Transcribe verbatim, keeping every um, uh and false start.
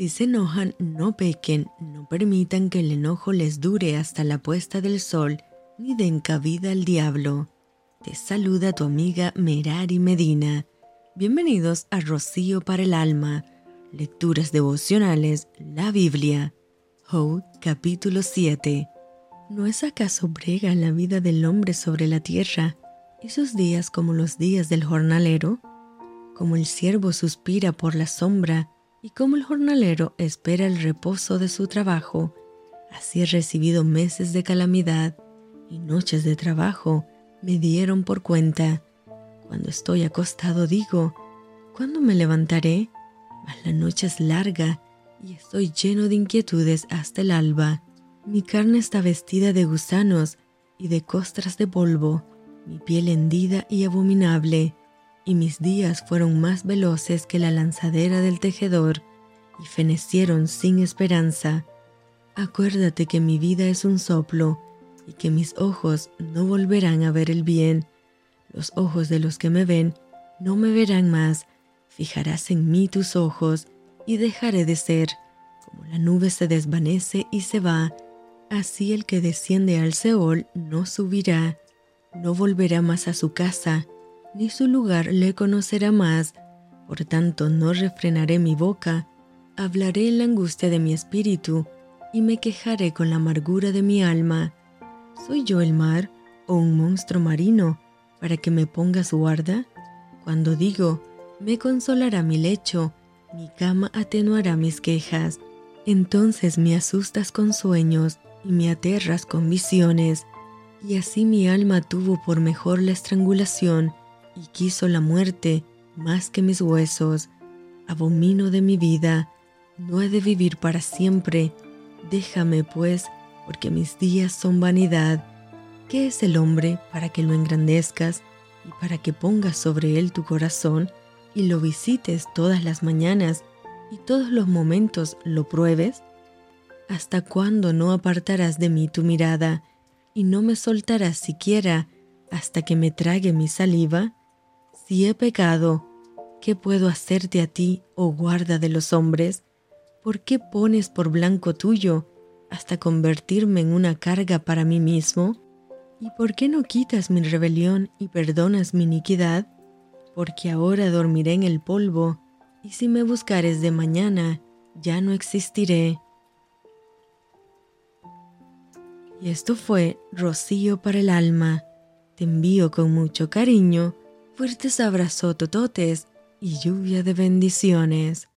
Si se enojan, no pequen, no permitan que el enojo les dure hasta la puesta del sol, ni den cabida al diablo. Te saluda tu amiga Merari Medina. Bienvenidos a Rocío para el Alma, Lecturas Devocionales, la Biblia. Job, capítulo siete. ¿No es acaso brega la vida del hombre sobre la tierra, y sus días como los días del jornalero? Como el siervo suspira por la sombra, y como el jornalero espera el reposo de su trabajo, así he recibido meses de calamidad y noches de trabajo me dieron por cuenta. Cuando estoy acostado digo, ¿cuándo me levantaré? Mas la noche es larga y estoy lleno de inquietudes hasta el alba. Mi carne está vestida de gusanos y de costras de polvo, mi piel hendida y abominable. Y mis días fueron más veloces que la lanzadera del tejedor, y fenecieron sin esperanza. Acuérdate que mi vida es un soplo, y que mis ojos no volverán a ver el bien. Los ojos de los que me ven no me verán más. Fijarás en mí tus ojos, y dejaré de ser. Como la nube se desvanece y se va, así el que desciende al Seol no subirá, no volverá más a su casa, ni su lugar le conocerá más. Por tanto, no refrenaré mi boca, hablaré en la angustia de mi espíritu, y me quejaré con la amargura de mi alma. ¿Soy yo el mar, o un monstruo marino, para que me pongas guarda? Cuando digo, me consolará mi lecho, mi cama atenuará mis quejas. Entonces me asustas con sueños, y me aterras con visiones. Y así mi alma tuvo por mejor la estrangulación, y quiso la muerte más que mis huesos. Abomino de mi vida, no he de vivir para siempre. Déjame, pues, porque mis días son vanidad. ¿Qué es el hombre para que lo engrandezcas y para que pongas sobre él tu corazón y lo visites todas las mañanas y todos los momentos lo pruebes? ¿Hasta cuándo no apartarás de mí tu mirada y no me soltarás siquiera hasta que me trague mi saliva? Si he pecado, ¿qué puedo hacerte a ti, oh guarda de los hombres? ¿Por qué pones por blanco tuyo hasta convertirme en una carga para mí mismo? ¿Y por qué no quitas mi rebelión y perdonas mi iniquidad? Porque ahora dormiré en el polvo, y si me buscares de mañana, ya no existiré. Y esto fue Rocío para el Alma. Te envío con mucho cariño, fuertes abrazos tototes y lluvia de bendiciones.